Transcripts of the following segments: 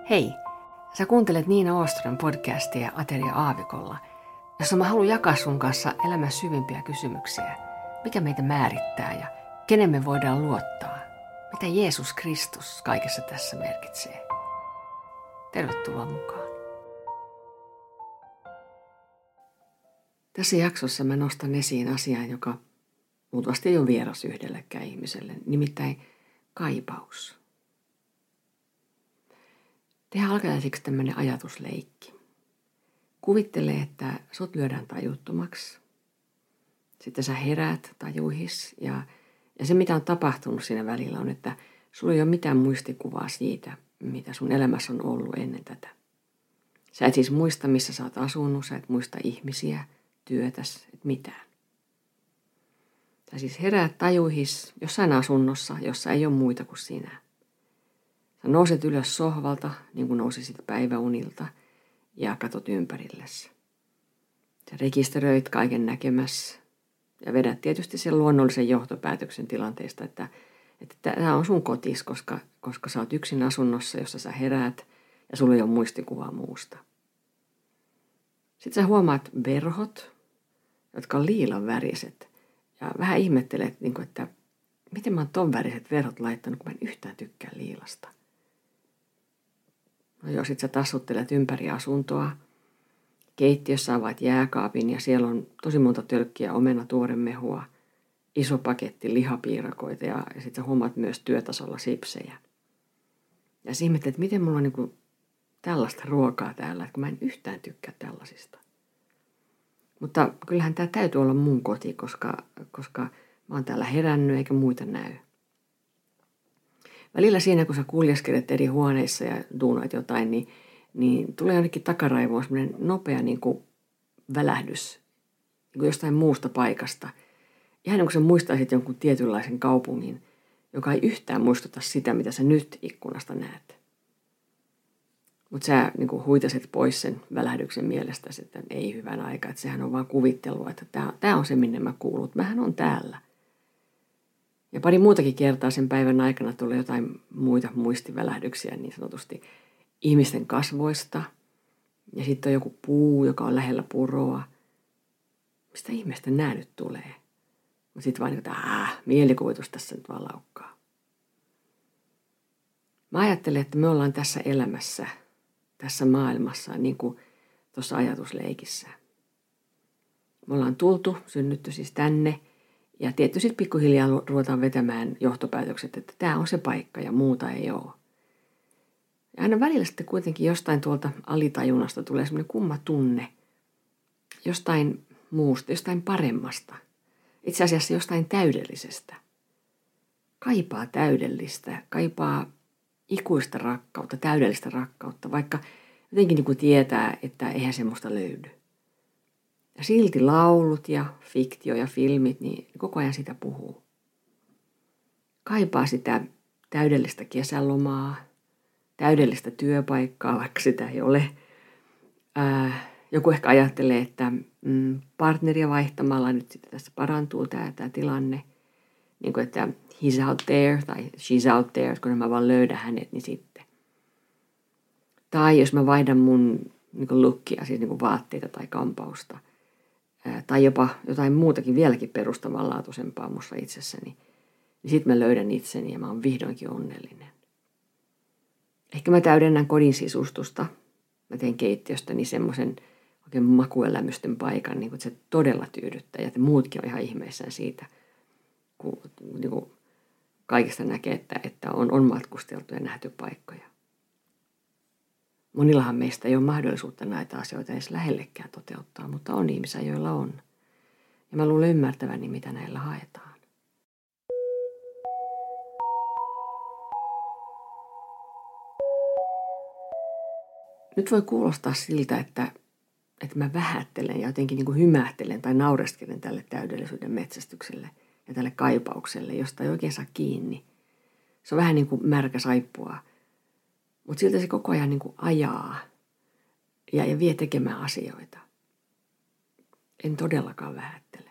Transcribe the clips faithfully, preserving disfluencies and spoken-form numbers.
Hei, sä kuuntelet Niina Oostron podcastia Ateria Aavikolla, jossa mä haluan jakaa sun kanssa elämän syvimpiä kysymyksiä. Mikä meitä määrittää ja kenen me voidaan luottaa? Mitä Jeesus Kristus kaikessa tässä merkitsee? Tervetuloa mukaan. Tässä jaksossa mä nostan esiin asian, joka luultavasti ei ole vieras yhdellekään ihmiselle, nimittäin kaipaus. Tehdään alkajaisiksi tämmöinen ajatusleikki. Kuvittele, että sut lyödään tajuttomaksi. Sitten sä heräät tajuihis ja, ja se mitä on tapahtunut siinä välillä on, että sulla ei ole mitään muistikuvaa siitä, mitä sun elämässä on ollut ennen tätä. Sä et siis muista, missä sä oot asunut, sä et muista ihmisiä, työtäs, et mitään. Sä siis heräät tajuihis jossain asunnossa, jossa ei ole muita kuin sinä. Sä nouset ylös sohvalta, niin kuin nousisit päiväunilta, ja katot ympärillesi. Sä rekisteröit kaiken näkemässä ja vedät tietysti sen luonnollisen johtopäätöksen tilanteesta, että, että tämä on sun kotis, koska, koska sä oot yksin asunnossa, jossa sä heräät ja sulla ei ole muistikuvaa muusta. Sitten sä huomaat verhot, jotka on liilan väriset, ja vähän ihmettelet, että miten mä oon ton väriset verhot laittanut, kun mä en yhtään tykkää liilasta. No joo, sit sä tassuttelet ympäri asuntoa. Keittiössä avaat jääkaapin ja siellä on tosi monta tölkkiä omenatuoremehua, iso paketti lihapiirakoita ja, ja sit sä huomaat myös työtasolla sipsejä. Ja sä ihmettelet, että miten mulla on niinku tällaista ruokaa täällä, että kun mä en yhtään tykkää tällaisista. Mutta kyllähän tää täytyy olla mun koti, koska, koska mä oon täällä herännyt eikä muita näy. Välillä siinä, kun sä kuljeskelet eri huoneissa ja duunoit jotain, niin, niin tulee jonnekin takaraivoon semmoinen nopea niin kuin välähdys niin kuin jostain muusta paikasta. Ihan niin kuin sä muistaisit jonkun tietynlaisen kaupungin, joka ei yhtään muistuta sitä, mitä sä nyt ikkunasta näet. Mutta sä niin kuin huitasit pois sen välähdyksen mielestäsi, että ei hyvän aika, että sehän on vaan kuvittelua, että tää on se, minne mä kuulut. Mähän on täällä. Ja pari muutakin kertaa sen päivän aikana tulee jotain muita muistivälähdyksiä niin sanotusti ihmisten kasvoista. Ja sitten on joku puu, joka on lähellä puroa. Mistä ihmeestä nämä nyt tulee? Mutta sitten vaan niin kuin, että mielikuvitus tässä nyt vaan laukkaa. Mä ajattelen, että me ollaan tässä elämässä, tässä maailmassa, niin kuin tuossa ajatusleikissä. Me ollaan tultu, synnytty siis tänne. Ja tietysti sitten pikkuhiljaa ruvetaan vetämään johtopäätökset, että tämä on se paikka ja muuta ei ole. Ja aina välillä sitten kuitenkin jostain tuolta alitajunnasta tulee semmoinen kumma tunne. Jostain muusta, jostain paremmasta. Itse asiassa jostain täydellisestä. Kaipaa täydellistä, kaipaa ikuista rakkautta, täydellistä rakkautta, vaikka jotenkin niin kuin tietää, että eihän semmoista löydy. Ja silti laulut ja fiktio ja filmit, niin koko ajan sitä puhuu. Kaipaa sitä täydellistä kesälomaa, täydellistä työpaikkaa, vaikka sitä ei ole. Ää, joku ehkä ajattelee, että mm, partneria vaihtamalla nyt sitten tässä parantuu tämä, tämä tilanne. Niin kuin, että he's out there tai she's out there, että kun mä vaan löydän hänet, niin sitten. Tai jos mä vaihdan mun niin kuin lookia, siis niin kuin vaatteita tai kampausta. Tai jopa jotain muutakin vieläkin perustavanlaatuisempaa musta itsessäni, niin sit mä löydän itseni ja mä oon vihdoinkin onnellinen. Ehkä mä täydennän kodin sisustusta. Mä teen keittiöstäni semmoisen oikein makuelämysten paikan, niin kun se todella tyydyttää. Ja te muutkin on ihan ihmeissään siitä, kun niin kun kaikesta näkee, että, että on, on matkusteltu ja nähty paikkoja. Monillahan meistä ei ole mahdollisuutta näitä asioita edes lähellekään toteuttaa, mutta on ihmisiä, joilla on. Ja mä luulen ymmärtäväni, mitä näillä haetaan. Nyt voi kuulostaa siltä, että, että mä vähättelen ja jotenkin niin kuin hymähtelen tai naureskelen tälle täydellisyyden metsästykselle ja tälle kaipaukselle, josta ei oikein saa kiinni. Se on vähän niin kuin märkä saippua. Mutta siltä se koko ajan niin kuin ajaa ja, ja vie tekemään asioita. En todellakaan vähättele.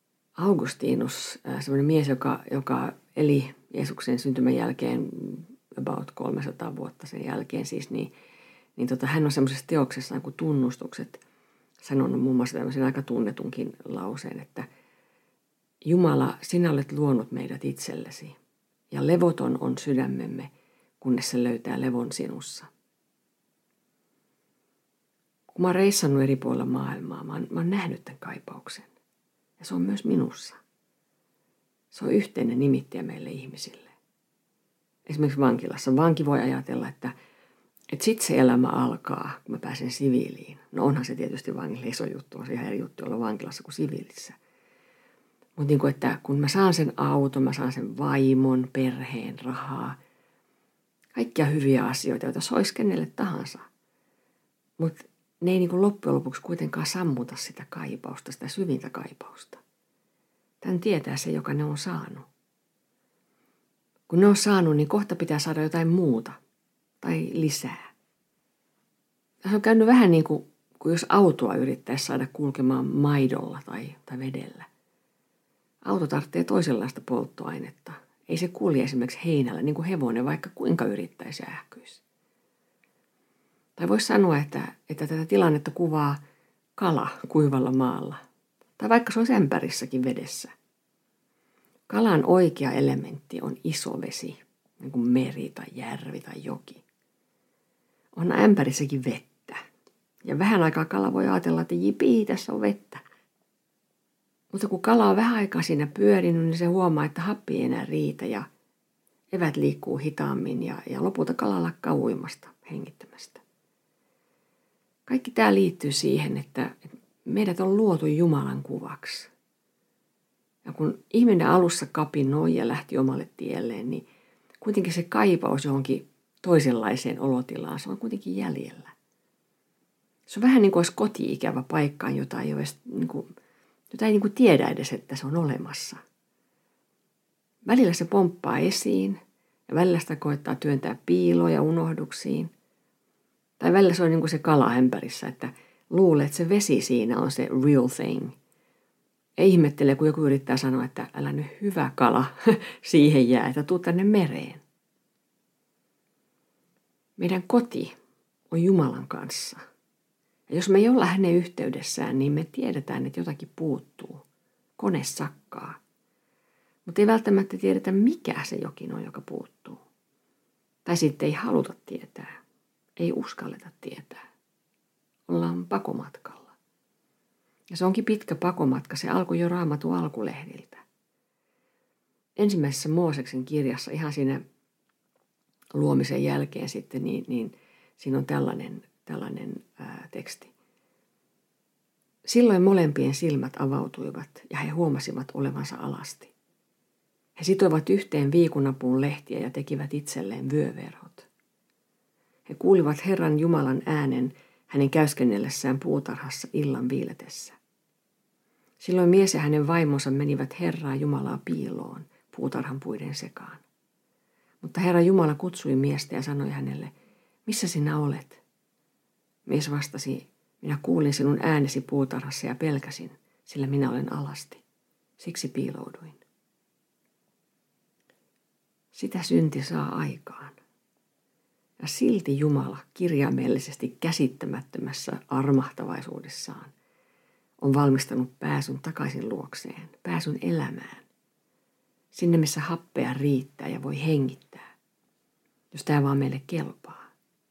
Augustinus, semmoinen mies, joka, joka eli Jeesuksen syntymän jälkeen about kolmesataa vuotta sen jälkeen siis, niin, niin tota, hän on semmoisessa teoksessaan kuin Tunnustukset sanonut muun muassa tämmöisen aika tunnetunkin lauseen, että Jumala, sinä olet luonut meidät itsellesi ja levoton on sydämemme, kunnes se löytää levon sinussa. Kun mä oon reissannut eri puolilla maailmaa, mä oon, mä oon nähnyt tämän kaipauksen. Ja se on myös minussa. Se on yhteinen nimittäjä meille ihmisille. Esimerkiksi vankilassa. Vanki voi ajatella, että, että sit se elämä alkaa, kun mä pääsen siviiliin. No onhan se tietysti vangille iso juttu, on se ihan eri juttu olla vankilassa kuin siviilissä. Mutta niin kuin, että kun mä saan sen auton, mä saan sen vaimon, perheen, rahaa, kaikkia hyviä asioita, joita se olisi kenelle tahansa. Mutta ne ei niin kuin loppujen lopuksi kuitenkaan sammuta sitä kaipausta, sitä syvintä kaipausta. Tän tietää se, joka ne on saanut. Kun ne on saanut, niin kohta pitää saada jotain muuta tai lisää. Se on käynyt vähän niin kuin, kuin jos autoa yrittäisi saada kulkemaan maidolla tai, tai vedellä. Auto tarvitsee toisenlaista polttoainetta. Ei se kulje esimerkiksi heinällä niin kuin hevonen, vaikka kuinka yrittäisi ähkyisi. Tai voisi sanoa, että, että tätä tilannetta kuvaa kala kuivalla maalla. Tai vaikka se olisi ämpärissäkin vedessä. Kalan oikea elementti on iso vesi, niin kuin meri tai järvi tai joki. On ämpärissäkin vettä. Ja vähän aikaa kala voi ajatella, että jipii, tässä on vettä. Mutta kun kala on vähän aikaa siinä pyörinyt, niin se huomaa, että happi ei enää riitä ja evät liikkuu hitaammin ja, ja lopulta kala lakkaa uimasta, hengittämästä. Kaikki tämä liittyy siihen, että meidät on luotu Jumalan kuvaksi. Ja kun ihminen alussa kapinoi ja lähti omalle tielleen, niin kuitenkin se kaipaus johonkin toisenlaiseen olotilaan, se on kuitenkin jäljellä. Se on vähän niin kuin olisi koti-ikävä paikkaan, jota ei, edes, niin kuin, jota ei niin kuin tiedä edes, että se on olemassa. Välillä se pomppaa esiin ja välillä sitä koettaa työntää piiloon ja unohduksiin. Tai välillä se on niin kuin se kala ämpärissä, että luulee, että se vesi siinä on se real thing. Ja ihmettelee, kun joku yrittää sanoa, että älä nyt hyvä kala siihen jää, että tuu tänne mereen. Meidän koti on Jumalan kanssa. Ja jos me ei olla hänen yhteydessään, niin me tiedetään, että jotakin puuttuu. Kone sakkaa. Mutta ei välttämättä tiedetä, mikä se jokin on, joka puuttuu. Tai sitten ei haluta tietää. Ei uskalleta tietää. Ollaan pakomatkalla. Ja se onkin pitkä pakomatka. Se alkoi jo Raamatun alkulehdiltä. Ensimmäisessä Mooseksen kirjassa, ihan siinä luomisen jälkeen sitten, niin, niin siinä on tällainen, tällainen ää, teksti. Silloin molempien silmät avautuivat ja he huomasivat olevansa alasti. He sitoivat yhteen viikunapuun lehtiä ja tekivät itselleen vyöverhot. He kuulivat Herran Jumalan äänen hänen käyskennellessään puutarhassa illan viiletessä. Silloin mies ja hänen vaimonsa menivät Herraa Jumalaa piiloon puutarhan puiden sekaan. Mutta Herra Jumala kutsui miestä ja sanoi hänelle, missä sinä olet? Mies vastasi, minä kuulin sinun äänesi puutarhassa ja pelkäsin, sillä minä olen alasti. Siksi piilouduin. Sitä synti saa aikaan. Ja silti Jumala kirjaimellisesti käsittämättömässä armahtavaisuudessaan on valmistanut pääsyn takaisin luokseen, pääsyn elämään. Sinne, missä happea riittää ja voi hengittää, jos tämä vaan meille kelpaa.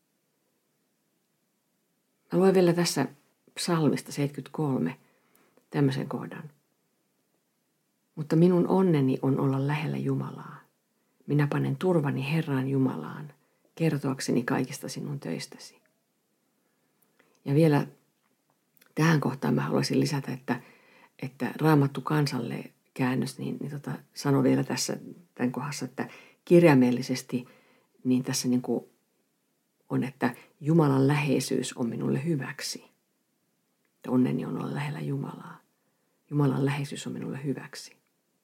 Mä luen vielä tässä psalmista seitsemänkymmentäkolme tämmöisen kohdan. Mutta minun onneni on olla lähellä Jumalaa. Minä panen turvani Herran Jumalaan, kertoakseni kaikista sinun töistäsi. Ja vielä tähän kohtaan mä haluaisin lisätä, että, että Raamattu kansalle käännös, niin, niin tota, sano vielä tässä tämän kohdassa, että kirjaimellisesti niin tässä niin kuin on, että Jumalan läheisyys on minulle hyväksi. Että onneni on olla lähellä Jumalaa. Jumalan läheisyys on minulle hyväksi.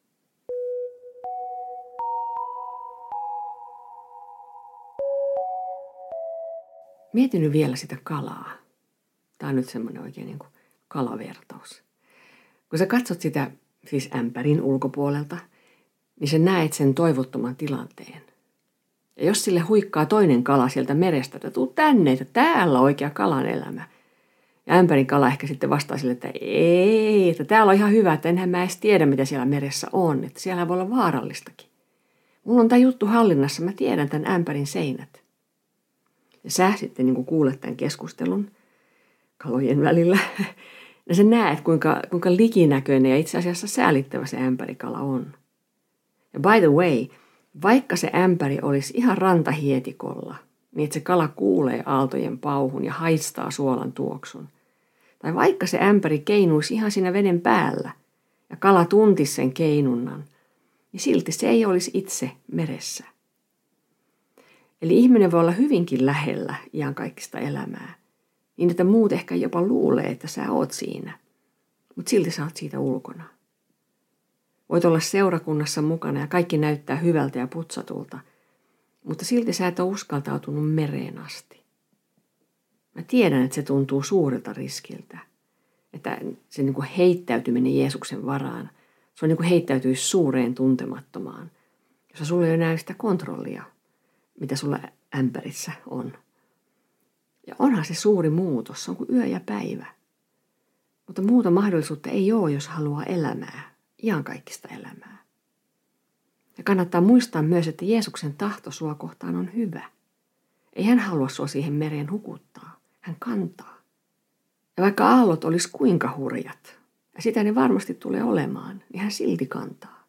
Mietin nyt vielä sitä kalaa. Tämä on nyt semmoinen oikein niin kuin kalavertaus. Kun sä katsot sitä siis ämpärin ulkopuolelta, niin sä näet sen toivottoman tilanteen. Ja jos sille huikkaa toinen kala sieltä merestä, että tuu tänne, että täällä on oikea kalan elämä. Ja ämpärin kala ehkä sitten vastaa sille, että ei, että täällä on ihan hyvä, että enhän mä edes tiedä, mitä siellä meressä on. Että siellä voi olla vaarallistakin. Mulla on tämä juttu hallinnassa, mä tiedän tämän ämpärin seinät. Ja sä sitten niin kuin kuulet tämän keskustelun kalojen välillä. Ja sä näet, kuinka, kuinka likinäköinen ja itse asiassa säälittävä se ämpärikala on. Ja by the way, vaikka se ämpäri olisi ihan rantahietikolla, niin että se kala kuulee aaltojen pauhun ja haistaa suolan tuoksun. Tai vaikka se ämpäri keinuisi ihan siinä veden päällä ja kala tuntisi sen keinunnan, niin silti se ei olisi itse meressä. Eli ihminen voi olla hyvinkin lähellä iankaikkista elämää, niin että muut ehkä jopa luulee, että sä oot siinä, mutta silti sä oot siitä ulkona. Voit olla seurakunnassa mukana ja kaikki näyttää hyvältä ja putsatulta, mutta silti sä et ole uskaltautunut mereen asti. Mä tiedän, että se tuntuu suurelta riskiltä, että se niin kuin heittäytyminen Jeesuksen varaan, se on niin kuin heittäytyisi suureen tuntemattomaan, jossa sulla ei ole enää sitä kontrollia, mitä sulla ämpärissä on. Ja onhan se suuri muutos, se on kuin yö ja päivä. Mutta muuta mahdollisuutta ei ole, jos haluaa elämää, iankaikkista elämää. Ja kannattaa muistaa myös, että Jeesuksen tahto sua kohtaan on hyvä. Ei hän halua sua siihen mereen hukuttaa, hän kantaa. Ja vaikka aallot olisi kuinka hurjat, ja sitä ne varmasti tulee olemaan, niin hän silti kantaa.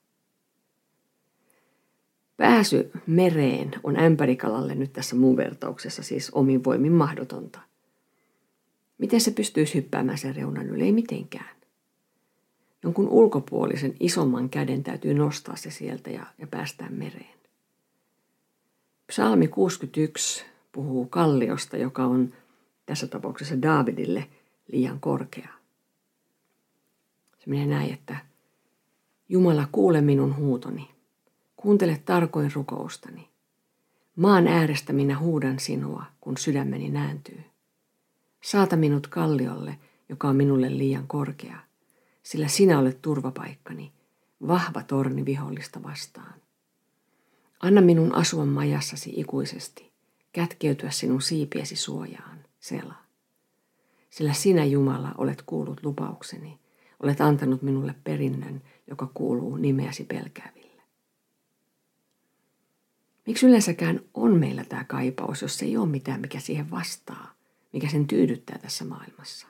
Pääsy mereen on ämpärikalalle nyt tässä mun vertauksessa siis omin voimin mahdotonta. Miten se pystyisi hyppäämään sen reunan yli? Ei mitenkään. Jonkun ulkopuolisen isomman käden täytyy nostaa se sieltä ja, ja päästää mereen. Psalmi kuusikymmentäyksi puhuu kalliosta, joka on tässä tapauksessa Daavidille liian korkea. Se menee näin, että Jumala, kuule minun huutoni. Kuuntele tarkoin rukoustani. Maan äärestä minä huudan sinua, kun sydämeni nääntyy. Saata minut kalliolle, joka on minulle liian korkea, sillä sinä olet turvapaikkani, vahva torni vihollista vastaan. Anna minun asua majassasi ikuisesti, kätkeytyä sinun siipiesi suojaan, Sela. Sillä sinä, Jumala, olet kuullut lupaukseni, olet antanut minulle perinnön, joka kuuluu nimeäsi pelkääville. Miksi yleensäkään on meillä tämä kaipaus, jos ei ole mitään, mikä siihen vastaa, mikä sen tyydyttää tässä maailmassa?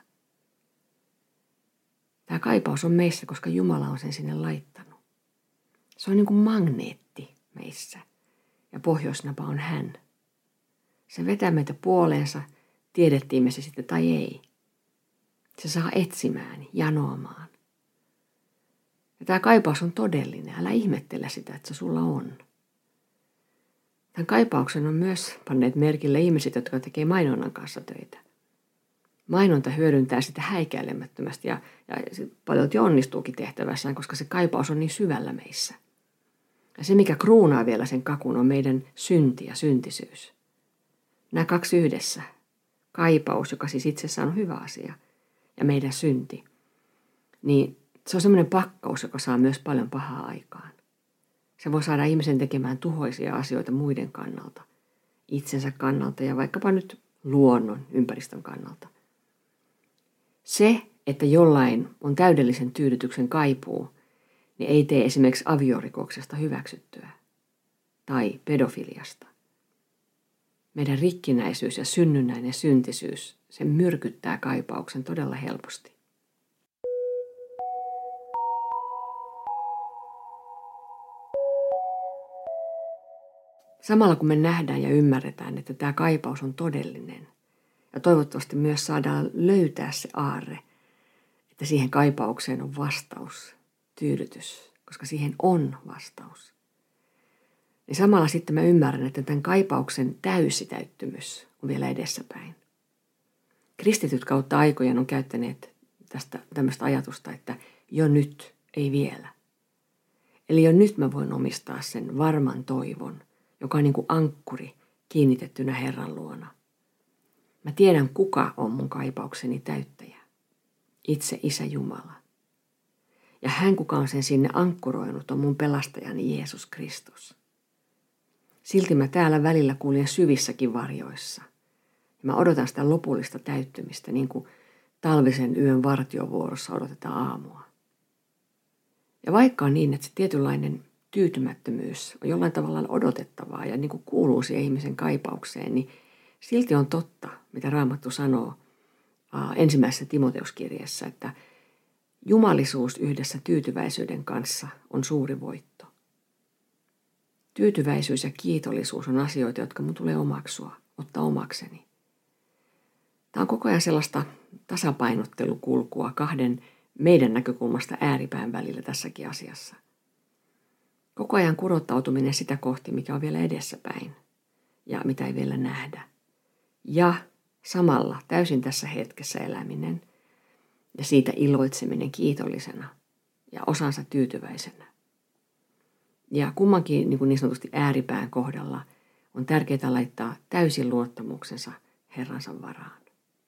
Tämä kaipaus on meissä, koska Jumala on sen sinne laittanut. Se on niin kuin magneetti meissä ja pohjoisnapa on hän. Se vetää meitä puoleensa, tiedettiin me se sitten tai ei. Se saa etsimään, janoamaan. Ja tämä kaipaus on todellinen, älä ihmettele sitä, että se sulla on. Tämän kaipauksen on myös panneet merkille ihmiset, jotka tekee mainonnan kanssa töitä. Mainonta hyödyntää sitä häikäilemättömästi ja, ja paljon jo onnistuukin tehtävässään, koska se kaipaus on niin syvällä meissä. Ja se, mikä kruunaa vielä sen kakun, on meidän synti ja syntisyys. Nämä kaksi yhdessä. Kaipaus, joka siis itsessään on hyvä asia, ja meidän synti. Niin se on semmoinen pakkaus, joka saa myös paljon pahaa aikaan. Se voi saada ihmisen tekemään tuhoisia asioita muiden kannalta, itsensä kannalta ja vaikkapa nyt luonnon, ympäristön kannalta. Se, että jollain on täydellisen tyydytyksen kaipuu, niin ei tee esimerkiksi aviorikoksesta hyväksyttyä tai pedofiliasta. Meidän rikkinäisyys ja synnynnäinen syntisyys, se myrkyttää kaipauksen todella helposti. Samalla kun me nähdään ja ymmärretään, että tämä kaipaus on todellinen, ja toivottavasti myös saadaan löytää se aarre, että siihen kaipaukseen on vastaus, tyydytys, koska siihen on vastaus. Niin samalla sitten mä ymmärrän, että tämän kaipauksen täysitäyttymys on vielä edessäpäin. Kristityt kautta aikojen on käyttäneet tästä tämmöistä ajatusta, että jo nyt, ei vielä. Eli jo nyt mä voin omistaa sen varman toivon, joka on niin kuin ankkuri kiinnitettynä Herran luona. Mä tiedän, kuka on mun kaipaukseni täyttäjä. Itse Isä Jumala. Ja hän, kuka on sen sinne ankkuroinut, on mun pelastajani Jeesus Kristus. Silti mä täällä välillä kuljen syvissäkin varjoissa. Ja mä odotan sitä lopullista täyttymistä, niin kuin talvisen yön vartiovuorossa odotetaan aamua. Ja vaikka on niin, että se tietynlainen tyytymättömyys on jollain tavalla odotettavaa ja niin kuin kuuluu siihen ihmisen kaipaukseen, niin silti on totta, mitä Raamattu sanoo ensimmäisessä Timoteuskirjeessä, että jumalisuus yhdessä tyytyväisyyden kanssa on suuri voitto. Tyytyväisyys ja kiitollisuus on asioita, jotka mun tulee omaksua, ottaa omakseni. Tämä on koko ajan sellaista tasapainottelukulkua kahden meidän näkökulmasta ääripään välillä tässäkin asiassa. Koko ajan kurottautuminen sitä kohti, mikä on vielä edessäpäin ja mitä ei vielä nähdä. Ja samalla täysin tässä hetkessä eläminen ja siitä iloitseminen kiitollisena ja osansa tyytyväisenä. Ja kummankin niin, kuin niin sanotusti ääripään kohdalla on tärkeää laittaa täysin luottamuksensa Herransa varaan.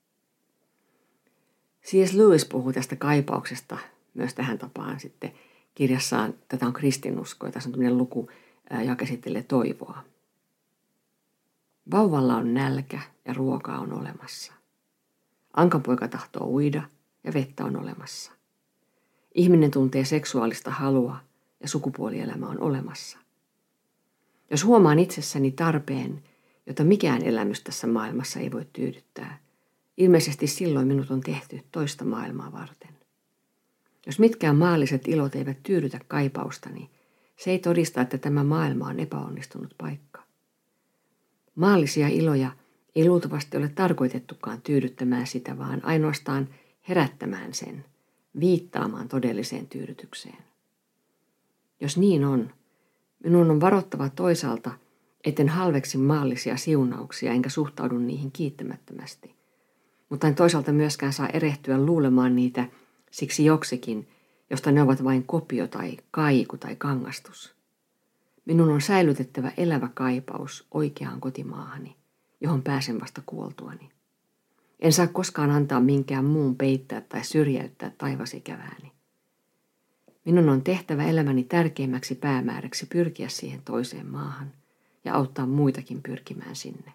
C S Lewis puhuu tästä kaipauksesta myös tähän tapaan sitten kirjassaan Tätä on kristinusko, ja tässä on tämmöinen luku, joka käsittelee toivoa. Vauvalla on nälkä ja ruokaa on olemassa. Ankanpoika tahtoo uida ja vettä on olemassa. Ihminen tuntee seksuaalista halua ja sukupuolielämä on olemassa. Jos huomaan itsessäni tarpeen, jota mikään elämys tässä maailmassa ei voi tyydyttää, ilmeisesti silloin minut on tehty toista maailmaa varten. Jos mitkään maalliset ilot eivät tyydytä kaipaustani, se ei todista, että tämä maailma on epäonnistunut paikka. Maallisia iloja ei luultavasti ole tarkoitettukaan tyydyttämään sitä, vaan ainoastaan herättämään sen, viittaamaan todelliseen tyydytykseen. Jos niin on, minun on varottava toisaalta, etten halveksi maallisia siunauksia enkä suhtaudu niihin kiittämättömästi. Mutta en toisaalta myöskään saa erehtyä luulemaan niitä siksi joksikin, josta ne ovat vain kopio tai kaiku tai kangastus. Minun on säilytettävä elävä kaipaus oikeaan kotimaahani, johon pääsen vasta kuoltuani. En saa koskaan antaa minkään muun peittää tai syrjäyttää taivasikävääni. Minun on tehtävä elämäni tärkeimmäksi päämääräksi pyrkiä siihen toiseen maahan ja auttaa muitakin pyrkimään sinne.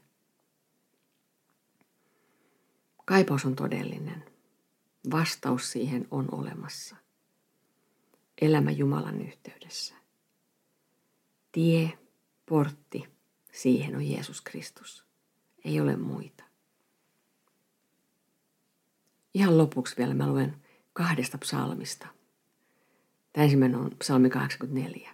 Kaipaus on todellinen. Vastaus siihen on olemassa. Elämä Jumalan yhteydessä. Tie, portti, siihen on Jeesus Kristus. Ei ole muita. Ihan lopuksi vielä mä luen kahdesta psalmista. Tämä ensimmäinen on psalmi kahdeksankymmentäneljä.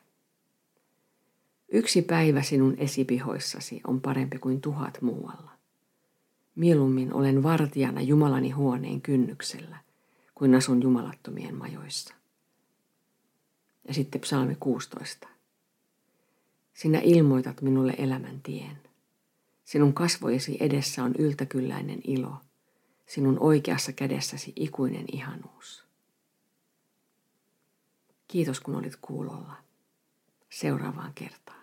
Yksi päivä sinun esipihoissasi on parempi kuin tuhat muualla. Mieluummin olen vartijana Jumalani huoneen kynnyksellä, kuin asun jumalattomien majoissa. Ja sitten psalmi kuusitoista. Sinä ilmoitat minulle elämän tien. Sinun kasvojesi edessä on yltäkylläinen ilo. Sinun oikeassa kädessäsi ikuinen ihanuus. Kiitos kun olit kuulolla. Seuraavaan kertaan.